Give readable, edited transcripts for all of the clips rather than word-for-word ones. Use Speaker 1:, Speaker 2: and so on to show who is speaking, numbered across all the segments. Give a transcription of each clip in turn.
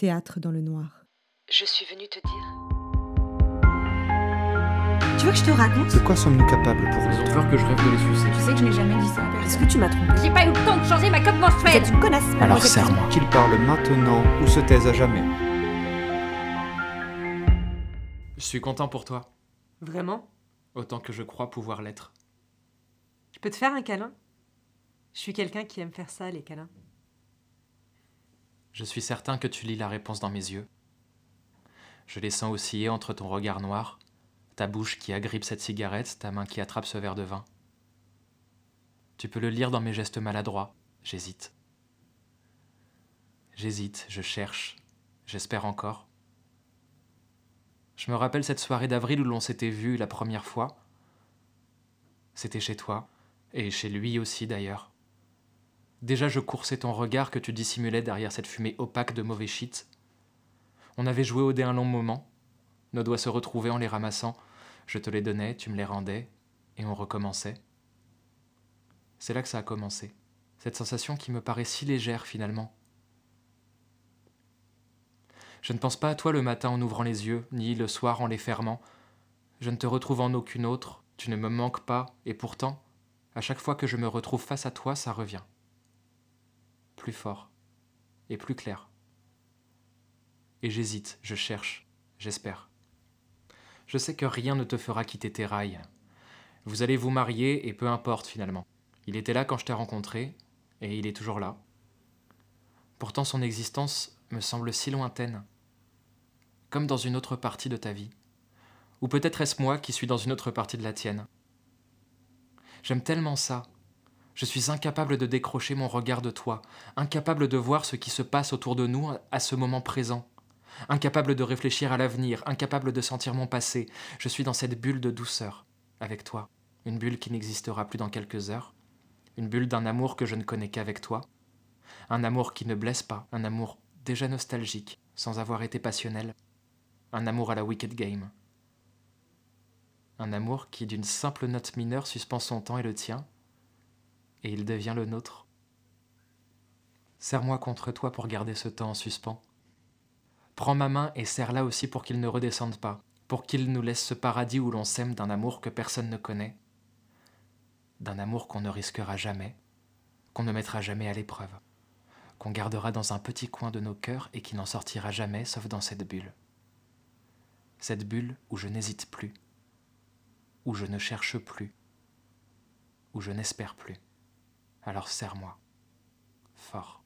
Speaker 1: Théâtre dans le noir.
Speaker 2: Je suis venue te dire.
Speaker 3: Tu veux que je te raconte?
Speaker 4: De quoi sommes-nous capables pour
Speaker 5: Ils ont peur que je rêve de les sucer.
Speaker 3: Tu sais que je n'ai jamais dit ça à personne.
Speaker 1: Est-ce que tu m'as trompé?
Speaker 3: J'ai pas eu le temps de changer ma coque menstruelle.
Speaker 1: Vous êtes une connasse.
Speaker 5: Alors serre-moi.
Speaker 4: qu'ils parlent maintenant ou se taisent à jamais?
Speaker 5: Je suis content pour toi,
Speaker 6: Vraiment?
Speaker 5: autant que je crois pouvoir l'être.
Speaker 6: Je peux te faire un câlin? Je suis quelqu'un qui aime faire ça, les câlins.
Speaker 5: Je suis certain que tu lis la réponse dans mes yeux. Je les sens osciller entre ton regard noir, ta bouche qui agrippe cette cigarette, ta main qui attrape ce verre de vin. Tu peux le lire dans mes gestes maladroits. J'hésite. J'hésite, je cherche, j'espère encore. Je me rappelle cette soirée d'avril où l'on s'était vu la première fois. C'était chez toi, et chez lui aussi d'ailleurs. Déjà je coursais ton regard que tu dissimulais derrière cette fumée opaque de mauvais shit. On avait joué au dé un long moment. Nos doigts se retrouvaient en les ramassant. Je te les donnais, tu me les rendais, et on recommençait. C'est là que ça a commencé. Cette sensation qui me paraît si légère finalement. Je ne pense pas à toi le matin en ouvrant les yeux, ni le soir en les fermant. Je ne te retrouve en aucune autre, tu ne me manques pas, et pourtant, à chaque fois que je me retrouve face à toi, ça revient. Plus fort, et plus clair. Et j'hésite, je cherche, j'espère. Je sais que rien ne te fera quitter tes rails. Vous allez vous marier, et peu importe finalement. Il était là quand je t'ai rencontré, et il est toujours là. Pourtant son existence me semble si lointaine, comme dans une autre partie de ta vie. Ou peut-être est-ce moi qui suis dans une autre partie de la tienne. J'aime tellement ça. Je suis incapable de décrocher mon regard de toi, incapable de voir ce qui se passe autour de nous à ce moment présent, incapable de réfléchir à l'avenir, incapable de sentir mon passé. Je suis dans cette bulle de douceur, avec toi, une bulle qui n'existera plus dans quelques heures, une bulle d'un amour que je ne connais qu'avec toi, un amour qui ne blesse pas, un amour déjà nostalgique, sans avoir été passionnel, un amour à la Wicked Game. Un amour qui, d'une simple note mineure, suspend son temps et le tien, et il devient le nôtre. Serre-moi contre toi pour garder ce temps en suspens. Prends ma main et serre-la aussi pour qu'il ne redescende pas, pour qu'il nous laisse ce paradis où l'on s'aime d'un amour que personne ne connaît, d'un amour qu'on ne risquera jamais, qu'on ne mettra jamais à l'épreuve, qu'on gardera dans un petit coin de nos cœurs et qui n'en sortira jamais sauf dans cette bulle. Cette bulle où je n'hésite plus, où je ne cherche plus, où je n'espère plus. Alors serre-moi, fort.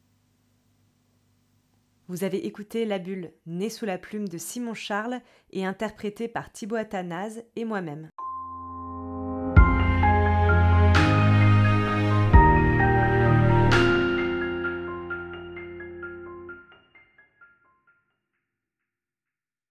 Speaker 6: Vous avez écouté La Bulle, née sous la plume de Simon Charles et interprétée par Thibaut Athanase et moi-même.